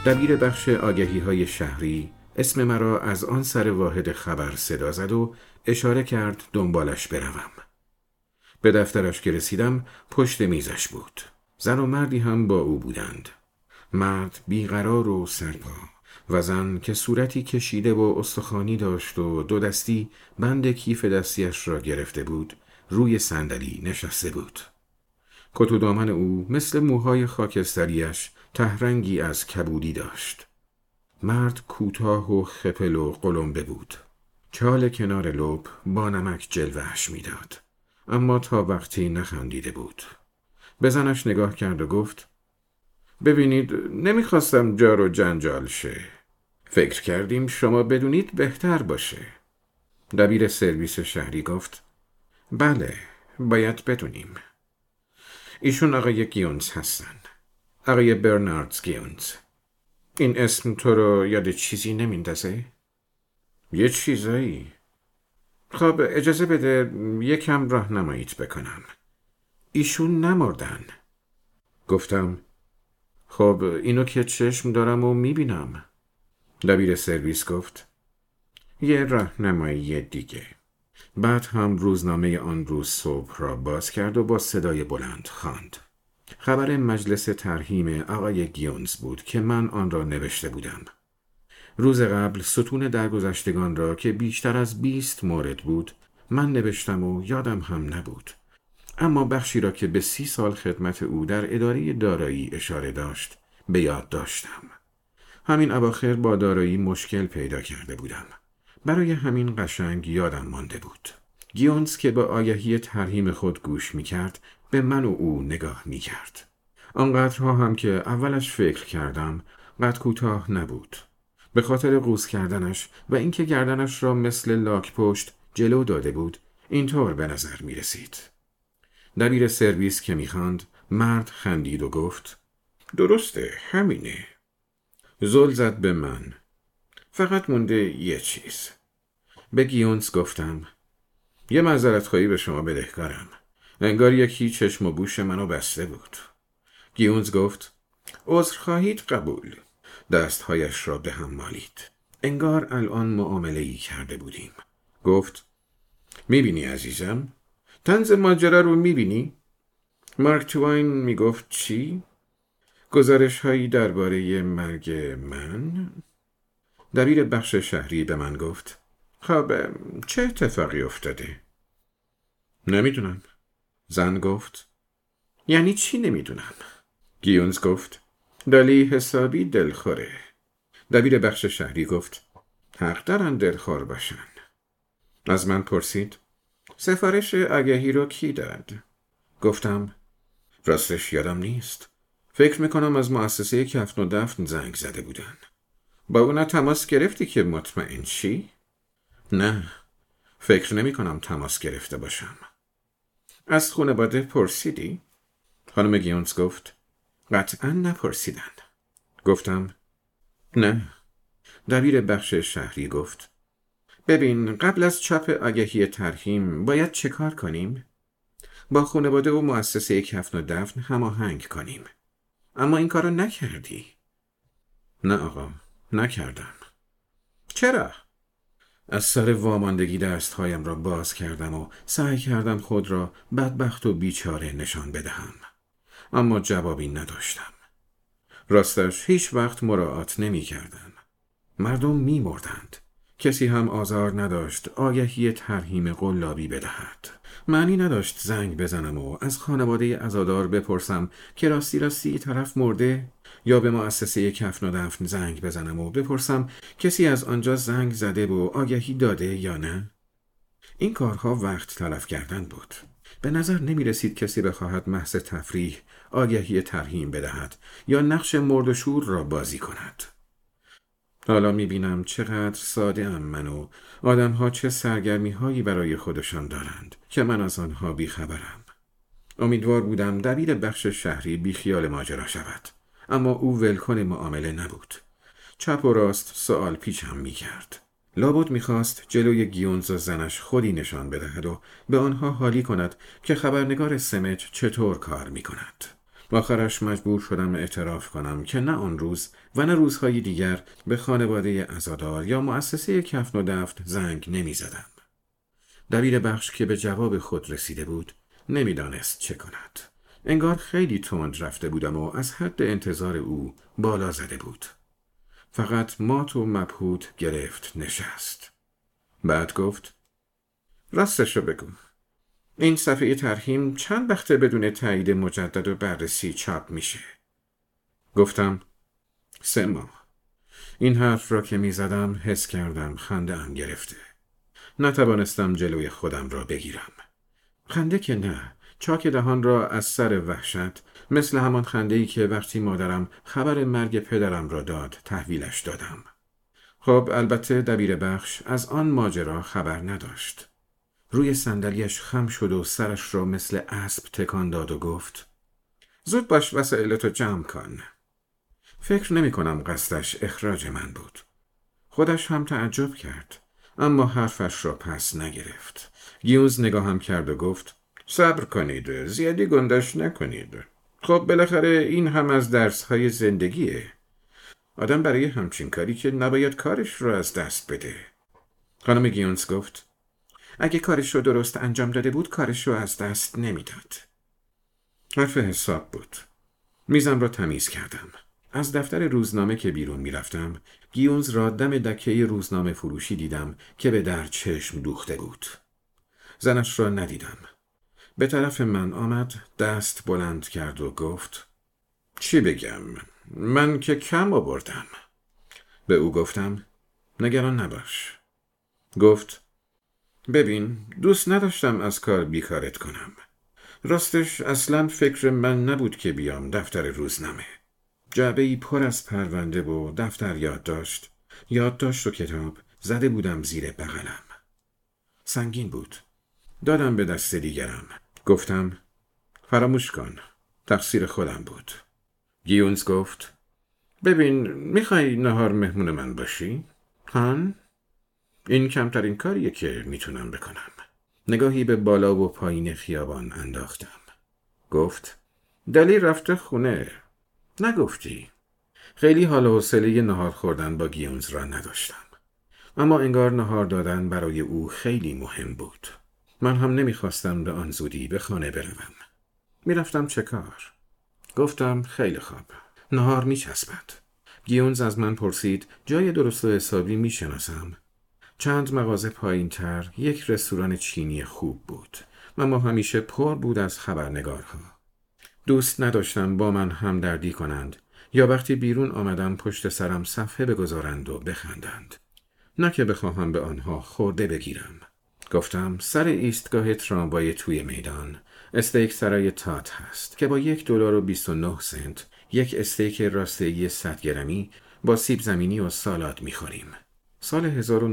دبیر بخش آگهی‌های شهری اسم مرا از آن سر واحد خبر صدا زد و اشاره کرد دنبالش بروم. به دفترش که رسیدم پشت میزش بود. زن و مردی هم با او بودند. مرد بیقرار و سرپا و زن که صورتی کشیده و استخوانی داشت و دو دستی بند کیف دستیش را گرفته بود روی صندلی نشسته بود. کت و دامن او مثل موهای خاکستریش تهرنگی از کبودی داشت. مرد کوتاه و خپل و قلمبه بود. چال کنار لب با نمک جلوهش میداد، اما تا وقتی نخندیده بود. به زنش نگاه کرد و گفت: ببینید، نمیخواستم جار و جنجال شه. فکر کردیم شما بدونید بهتر باشه. دبیر سرویس شهری گفت: بله، باید بدونیم. ایشون آقای گیونز هستن. آقای برناردز گیونز. این اسم تو رو یاد چیزی نمیندازه؟ یه چیزایی. خب اجازه بده یکم راهنماییت بکنم. ایشون نمردن. گفتم: خب اینو که چشم دارم و میبینم. دبیر سرویس گفت: یه راهنمایی دیگه. بعد هم روزنامه آن روز صبح را باز کرد و با صدای بلند خواند. خبر مجلس ترحیم آقای گیونز بود که من آن را نوشته بودم. روز قبل ستون درگذشتگان را که بیشتر از 20 مورد بود من نوشتم و یادم هم نبود. اما بخشی را که به 30 سال خدمت او در اداره دارایی اشاره داشت به یاد داشتم. همین اواخر با دارایی مشکل پیدا کرده بودم. برای همین قشنگ یادم مانده بود. گیونز که با آگهی ترحیم خود گوش می کرد به من و او نگاه می کرد. آنقدرها هم که اولش فکر کردم قد کوتاه نبود. به خاطر قوس کردنش و اینکه گردنش را مثل لاک پشت جلو داده بود اینطور به نظر می رسید. دبیر سرویس که می خواند مرد خندید و گفت: درسته، همینه. زل زد به من. فقط مونده یه چیز. به گیونز گفتم: یه معذرت خواهی به شما بدهکارم. انگار یکی چشم و گوش منو بسته بود. گیونز گفت: عذر خواهید قبول. دستهایش را به هم مالید. انگار الان معامله‌ای کرده بودیم. گفت: میبینی عزیزم؟ طنز ماجرا رو میبینی؟ مارک توین میگفت چی؟ گزارش هایی درباره مرگ من؟ دبیر بخش شهری به من گفت: خب چه اتفاقی افتاده؟ نمیدونم. زن گفت: یعنی چی نمیدونم؟ گیونز گفت: دالی حسابی دلخوره. دبیر بخش شهری گفت: حق دارن دلخور باشن. از من پرسید: سفارش آگهی رو کی داد؟ گفتم: راستش یادم نیست. فکر میکنم از مؤسسه کفن و دفن زنگ زده بودن. با اونا تماس گرفتی که مطمئن شی؟ نه، فکر نمیکنم تماس گرفته باشم. از خانواده پرسیدی؟ خانم گیونز گفت: قطعا نپرسیدن. گفتم: نه. دبیر بخش شهری گفت: ببین، قبل از چاپ آگهی ترحیم باید چه کار کنیم؟ با خانواده و مؤسسه کفن و دفن هماهنگ کنیم. اما این کارو نکردی. نه آقا، نکردم. چرا؟ از سر واماندگی دستهایم را باز کردم و سعی کردم خود را بدبخت و بیچاره نشان بدهم. اما جوابی نداشتم. راستش هیچ وقت مراعات نمی کردم. مردم می مردند. کسی هم آزار نداشت آگهی ترحیم قلابی بدهد. معنی نداشت زنگ بزنم و از خانواده عزادار بپرسم که راستی طرف مرده، یا به مؤسسه کفن و دفن زنگ بزنم و بپرسم کسی از آنجا زنگ زده و آگهی داده یا نه. این کارها وقت تلف کردن بود. به نظر نمی رسید کسی بخواهد محض تفریح آگهی ترحیم بدهد یا نقش مرد و شور را بازی کند. حالا می بینم چقدر ساده ام من و آدمها چه سرگرمی هایی برای خودشان دارند که من از آنها بیخبرم. امیدوار بودم دبیر بخش شهری بیخیال ماجرا شود، اما او ولکن معامله نبود. چپ و راست سوال پیچم می کرد. لابد می خواست جلوی گیونز و زنش خودی نشان بدهد و به آنها حالی کند که خبرنگار سمج چطور کار می کند. آخرش مجبور شدم اعتراف کنم که نه آن روز و نه روزهای دیگر به خانواده عزادار یا مؤسسه کفن و دفن زنگ نمی زدم. دبیر بخش که به جواب خود رسیده بود نمیدانست چه کند. انگار خیلی تند رفته بودم و از حد انتظار او بالا زده بود. فقط مات و مبهوت گرفت نشست. بعد گفت: راستشو بگو. این صفحه ترحیم چند وقته بدون تایید مجدد و بررسی چاپ میشه؟ گفتم: 3 ماه. این حرف را که میزدم حس کردم خنده‌ام گرفته. نتوانستم جلوی خودم را بگیرم. خنده که نه، چاک دهان را از سر وحشت، مثل همان خنده‌ای که وقتی مادرم خبر مرگ پدرم را داد تحویلش دادم. خب البته دبیر بخش از آن ماجرا خبر نداشت. روی صندلیاش خم شد و سرش را مثل اسب تکان داد و گفت: زود باش وسایلتو جمع کن. فکر نمی کنم قصدش اخراج من بود. خودش هم تعجب کرد، اما حرفش را پس نگرفت. گیونز نگاهم کرد و گفت: صبر کنید، زیادی گندش نکنید. خب بالاخره این هم از درس‌های زندگیه. آدم برای همچین کاری که نباید کارش رو از دست بده. خانم گیونز گفت: اگه کارش رو درست انجام داده بود کارش رو از دست نمیداد. حرف حساب بود. میزم را تمیز کردم. از دفتر روزنامه که بیرون میرفتم، گیونز را دم دکه روزنامه فروشی دیدم که به در چشم دوخته بود. زنش را ندیدم. به طرف من آمد، دست بلند کرد و گفت: چی بگم؟ من که کم آوردم. به او گفتم: نگران نباش. گفت: ببین، دوست نداشتم از کار بیکارت کنم. راستش اصلا فکر من نبود که بیام دفتر روزنامه. جعبه‌ای پر از پرونده و دفتر یادداشت و کتاب زده بودم زیر بغلم. سنگین بود. دادم به دست دیگرم. گفتم: فراموش کن. تقصیر خودم بود. گیونز گفت: ببین، میخوای نهار مهمون من باشی؟ هان؟ این کمترین کاریه که میتونم بکنم. نگاهی به بالا و پایین خیابان انداختم. گفت: دلی رفته خونه. نگفتی؟ خیلی حال و حوصله نهار خوردن با گیونز را نداشتم. اما انگار نهار دادن برای او خیلی مهم بود. من هم نمیخواستم به آن زودی به خانه بروم. میرفتم چه کار؟ گفتم: خیلی خوب. نهار میچسبد. گیونز از من پرسید جای درست و حسابی میشناسم. چند مغازه پایین تر یک رستوران چینی خوب بود، اما همیشه پر بود از خبرنگارها. دوست نداشتم با من همدردی کنند یا وقتی بیرون آمدم پشت سرم صفحه بگذارند و بخندند. نه که بخواهم به آنها خورده بگیرم. گفتم: سر ایستگاه تراموای توی میدان استیک سرای تات هست که با $1.29 یک استیک راسته‌ای 100 گرمی با سیب زمینی و سالاد میخوریم. سال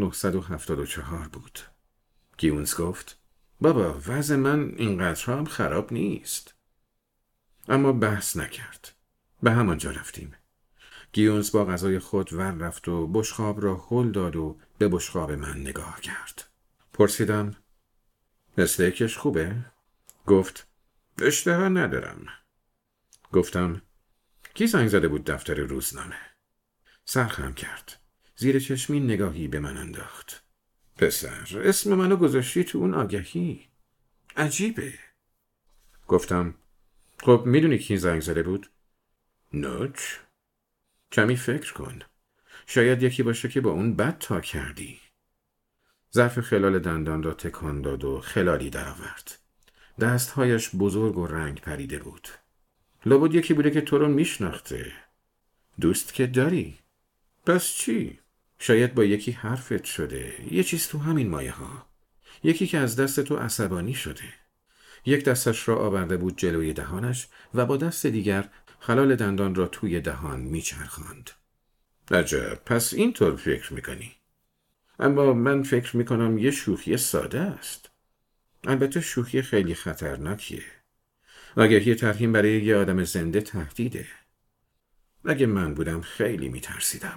1974 بود. گیونز گفت: بابا، وضع من اینقدر هم خراب نیست. اما بحث نکرد. به همانجا رفتیم. گیونز با غذای خود ور رفت و بشقاب را هل داد و به بشقاب من نگاه کرد. پرسیدم: استیکش خوبه؟ گفت: اشتها ندارم. گفتم: کی زنگ زده بود دفتر روزنامه؟ سر خم کرد. زیر چشمی نگاهی به من انداخت. پسر، اسم منو گذاشتی تو اون آگهی. عجیبه. گفتم: خب میدونی کی زنگ زده بود؟ نوچ. کمی فکر کن. شاید یکی باشه که با اون بد تا کردی. ظرف خلال دندان را تکان داد و خلالی درآورد. دستهایش بزرگ و رنگ پریده بود. لابد یکی بوده که تو رو میشناخته. دوست که داری. پس چی؟ شاید با یکی حرفت شده. یه چیز تو همین مایه ها. یکی که از دست تو عصبانی شده. یک دستش را آورده بود جلوی دهانش و با دست دیگر خلال دندان را توی دهان میچرخاند. عجب، پس اینطور فکر میکنی؟ اما من فکر میکنم یه شوخی ساده است. البته شوخی خیلی خطرناکیه. آگهی ترحیم برای یه آدم زنده تهدیده. اگه من بودم خیلی میترسیدم.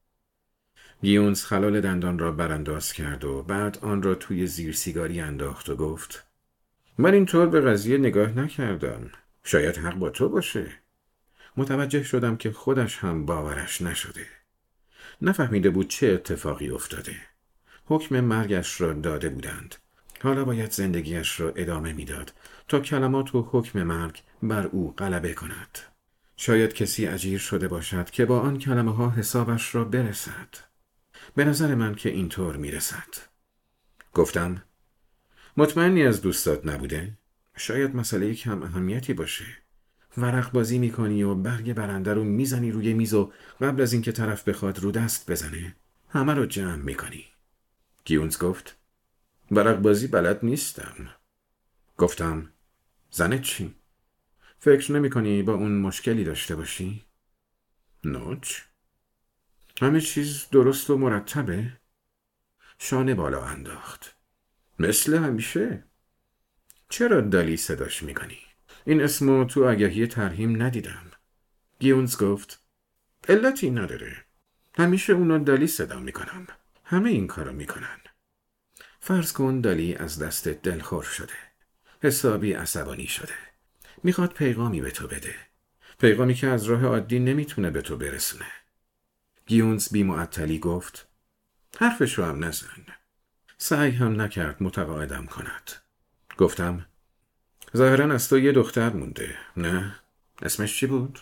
گیونز خلال دندان را برانداز کرد و بعد آن را توی زیر سیگاری انداخت و گفت: من اینطور به قضیه نگاه نکردم. شاید حق با تو باشه. متوجه شدم که خودش هم باورش نشده. نفهمیده بود چه اتفاقی افتاده. حکم مرگش را داده بودند. حالا باید زندگیش را ادامه میداد تا کلمات و حکم مرگ بر او غلبه کند. شاید کسی اجیر شده باشد که با آن کلمه ها حسابش را برسد. به نظر من که اینطور میرسد. گفتم مطمئنی از دوستات نبوده؟ شاید مسئله کم اهمیتی باشه. ورق بازی میکنی و برگ برنده رو میزنی روی میز و قبل از اینکه طرف بخواد رو دست بزنه همه رو جمع میکنی. گیونز گفت ورق بازی بلد نیستم. گفتم زنت چی؟ فکر نمیکنی با اون مشکلی داشته باشی؟ نوچ؟ همه چیز درست و مرتبه؟ شانه بالا انداخت. مثل همیشه. چرا دالی صداش میکنی؟ این اسمو تو آگهی ترحیم ندیدم. گیونز گفت علتی نداره. همیشه اونو دالی صدا میکنم. همه این کارو میکنن. فرض کن دالی از دست دلخور شده. حسابی عصبانی شده. میخواد پیغامی به تو بده. پیغامی که از راه عادی نمیتونه به تو برسونه. گیونز بی معطلی گفت حرفشو هم نزن. سعی هم نکرد متقاعدم کند. گفتم ظاهراً از تو یه دختر مونده، نه؟ اسمش چی بود؟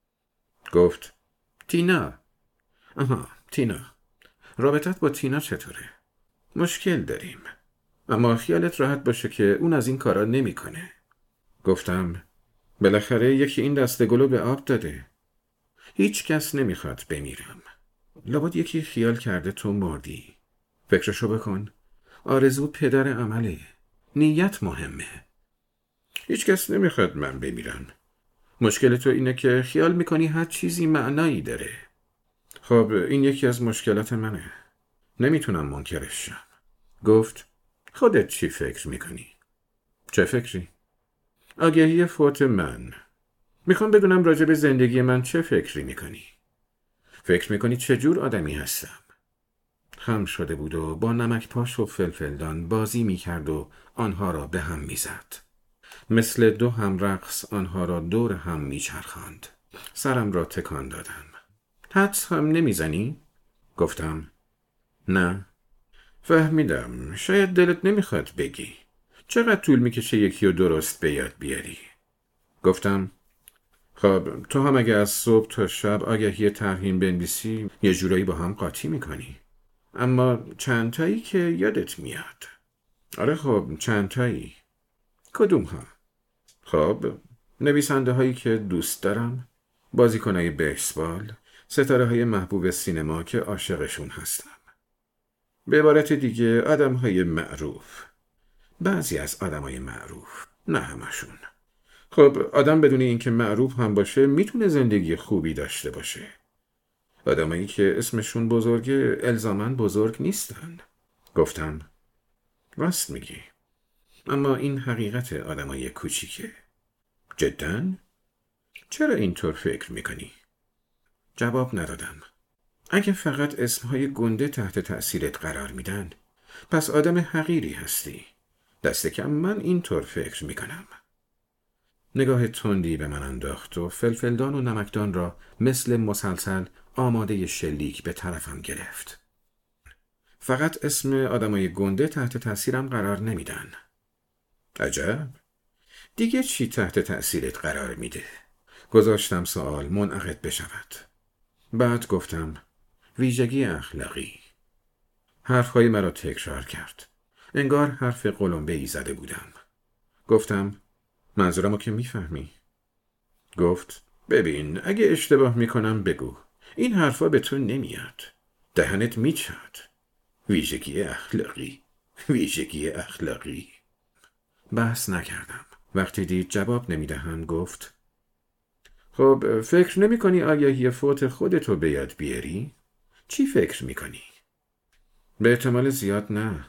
گفت تینا. آها، تینا. رابطت با تینا چطوره؟ مشکل داریم. اما خیالت راحت باشه که اون از این کارا نمیکنه. گفتم بالاخره یکی این دسته گلو به آب داده. هیچ کس نمیخواد بمیرم. لابد یکی خیال کرده تو مردی. فکرشو بکن. آرزو پدر عمله. نیت مهمه. هیچ کس نمیخواد من بمیرم. مشکل تو اینه که خیال میکنی هر چیزی معنایی داره. خب این یکی از مشکلات منه. نمیتونم منکرش شم. گفت خودت چی فکر میکنی؟ چه فکری؟ آگهی فوت من. میخوام بدونم راجع به زندگی من چه فکری میکنی؟ فکر میکنی چجور آدمی هستم؟ خم شده بود و با نمک پاش و فلفلدان بازی میکرد و آنها را به هم میزد. مثل دو همرقص آنها را دور هم میچرخاند. سرم را تکان دادم. حدس هم نمیزنی؟ گفتم نه. فهمیدم. شاید دلت نمیخواد بگی. چقدر طول میکشه یکی رو درست به یاد بیاری؟ گفتم خب تو هم اگه از صبح تا شب آگهی ترحیم بنویسی یه جورایی با هم قاطی میکنی. اما چند تایی که یادت میاد. آره خب چند تایی. کدوم ها؟ خب نویسنده هایی که دوست دارم، بازیکنای بیسبال، ستاره های محبوب سینما که عاشقشون هستم. به عبارت دیگه آدم های معروف. بعضی از آدم های معروف، نه همشون. خب آدم بدون اینکه معروف هم باشه میتونه زندگی خوبی داشته باشه. آدمایی که اسمشون بزرگه الزاماً بزرگ نیستن. گفتم راست میگی. اما این حقیقت آدمای کوچیکه. جداً؟ چرا اینطور فکر میکنی؟ جواب ندادم. اگه فقط اسمهای گنده تحت تأثیرت قرار میدن پس آدم حقیری هستی. دست کم من اینطور فکر میکنم. نگاه تندی به من انداخت و فلفلدان و نمکدان را مثل مسلسل آماده شلیک به طرفم گرفت. فقط اسم آدمای گنده تحت تأثیرم قرار نمیدن. عجب. دیگه چی تحت تأثیرت قرار میده؟ گذاشتم سوال منعقد بشود. بعد گفتم ویژگی اخلاقی. حرفهای مرا تکرار کرد. انگار حرف قلمبه‌ای زده بودم. گفتم منظورمو که میفهمی. گفت ببین اگه اشتباه میکنم بگو. این حرفا به تو نمیاد. دهنت میچاد. ویژگی اخلاقی. ویژگی اخلاقی. بحث نکردم. وقتی دید جواب نمیدهم گفت خب فکر نمی کنی آگهی فوت خودتو به یاد بیاری؟ چی فکر میکنی؟ به احتمال زیاد نه.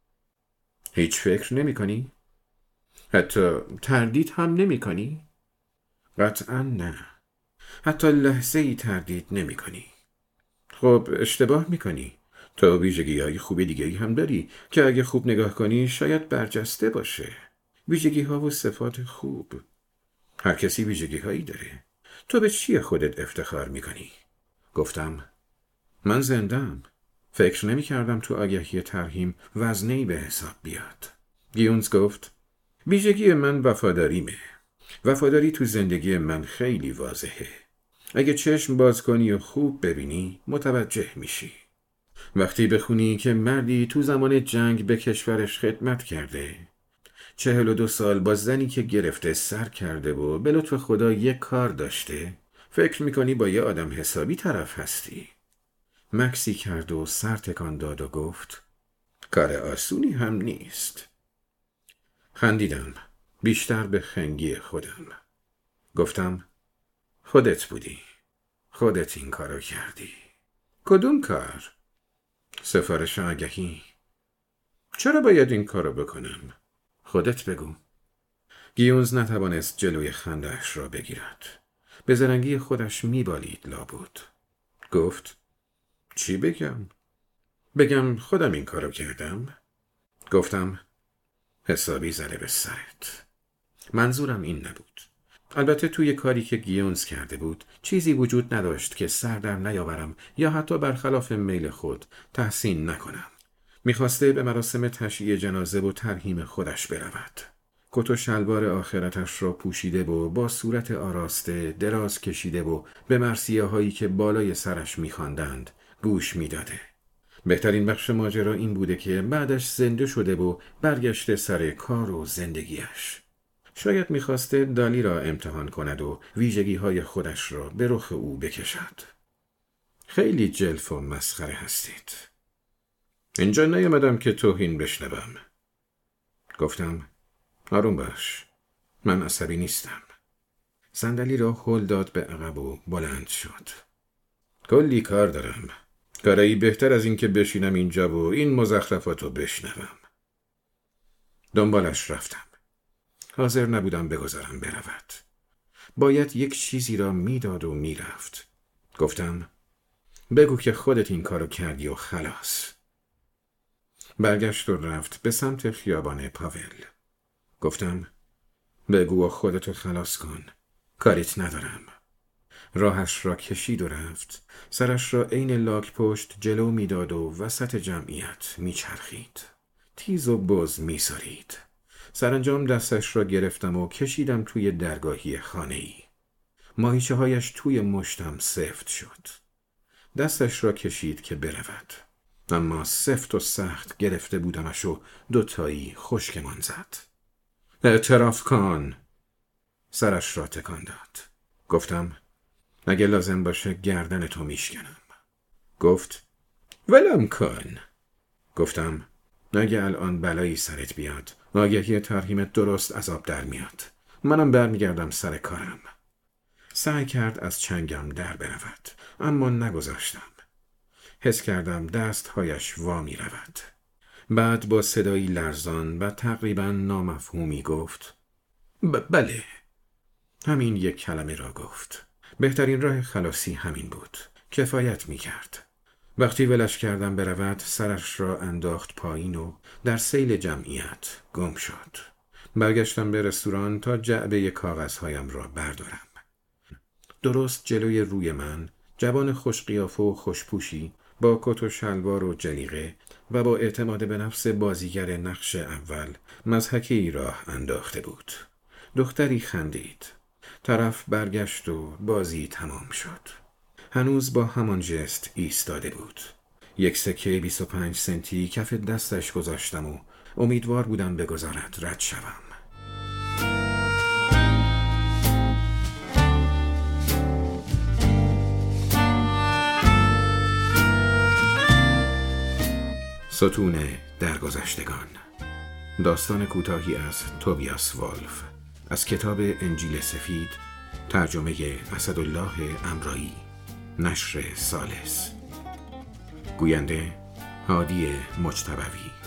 هیچ فکر نمی کنی؟ حتی تردید هم نمی کنی؟ قطعا نه. حتی لحظه ای تردید نمی کنی. خب اشتباه می کنی. تو ویژگی های خوب دیگه هم داری که اگه خوب نگاه کنی شاید برجسته باشه. ویژگی ها و صفات خوب. هر کسی ویژگی هایی داره. تو به چی خودت افتخار میکنی؟ گفتم من زندم. فکر نمی کردم تو آگهی ترحیم وزنه‌ای به حساب بیاد. گیونز گفت ویژگی من وفاداریمه. وفاداری تو زندگی من خیلی واضحه. اگه چشم باز کنی و خوب ببینی متوجه میشی. وقتی بخونی که مردی تو زمان جنگ به کشورش خدمت کرده، 42 سال با زنی که گرفته سر کرده و به لطف خدا یک کار داشته، فکر میکنی با یه آدم حسابی طرف هستی. مکسی کرد و سر تکان داد و گفت کار آسونی هم نیست. خندیدم، بیشتر به خنگی خودم. گفتم خودت بودی. خودت این کارو کردی. کدوم کار؟ سفارش آگهی. چرا باید این کارو بکنم؟ خودت بگو. گیونز نتوانست جلوی خنده‌اش را بگیرد. به زرنگی خودش میبالید لابد. گفت چی بگم؟ بگم خودم این کارو کردم؟ گفتم حسابی زده به سرت. منظورم این نبود. البته توی کاری که گیونز کرده بود چیزی وجود نداشت که سر در نیاورم یا حتی برخلاف میل خود تحسین نکنم. میخواسته به مراسم تشییع جنازه و ترحیم خودش برود. کت و شلوار آخرتش را پوشیده و با صورت آراسته دراز کشیده و به مرثیه هایی که بالای سرش میخواندند گوش میداده. بهترین بخش ماجرا این بوده که بعدش زنده شده و برگشته سر کار و زندگیش. شاید میخواسته دالی را امتحان کند و ویژگی های خودش را به رخ او بکشد. خیلی جلف و مسخره هستید. اینجا نیامدم که توهین بشنوم. گفتم آروم باش. من عصبی نیستم. صندلی را هل داد به عقب و بلند شد. کلی کار دارم. کاری بهتر از این که بشینم اینجا و این مزخرفاتو بشنوم. دنبالش رفتم. حاضر نبودم بگذارم برود. باید یک چیزی را میداد و میرفت. گفتم بگو که خودت این کارو کردی و خلاص. برگشت و رفت به سمت خیابان پاول. گفتم بگو و خودتو خلاص کن. کاریت ندارم. راهش را کشید و رفت. سرش را عین لاک پشت جلو میداد و وسط جمعیت میچرخید. تیز و بز میسارید. سرانجام دستش را گرفتم و کشیدم توی درگاهی خانه‌ای. ماهیچه هایش توی مشتم سفت شد. دستش را کشید که برود. اما سفت و سخت گرفته بودمش و دوتایی خشکمان زد. اعتراف کن. سرش را تکان داد. گفتم اگه لازم باشه گردن تو میشکنم. گفت ولم کن. گفتم اگه الان بلایی سرت بیاد آگهی ترحیمت درست از آب در میاد. منم برمیگردم سر کارم. سعی کرد از چنگم در برود اما نگذاشتم. حس کردم دستهایش وا می رود. بعد با صدایی لرزان و تقریبا نامفهومی گفت بله. همین یک کلمه را گفت. بهترین راه خلاصی همین بود. کفایت می کرد. وقتی ولش کردم برود سرش را انداخت پایین و در سیل جمعیت گم شد. برگشتم به رستوران تا جعبه کاغذهایم را بردارم. درست جلوی روی من جوان خوش قیافه و خوشپوشی با کت و شلوار و جلیقه و با اعتماد به نفس بازیگر نقش اول مضحکه‌ای راه انداخته بود. دختری خندید. طرف برگشت و بازی تمام شد. هنوز با همان جست ایستاده بود. یک سکه 25 سنتی کف دستش گذاشتم و امیدوار بودم بگذارد رد شوم. ستون درگذشتگان. داستان کوتاهی از توبیاس والف از کتاب انجیل سفید، ترجمه اسدالله امرایی، نشر سالس. گوینده هادی مجتبوی.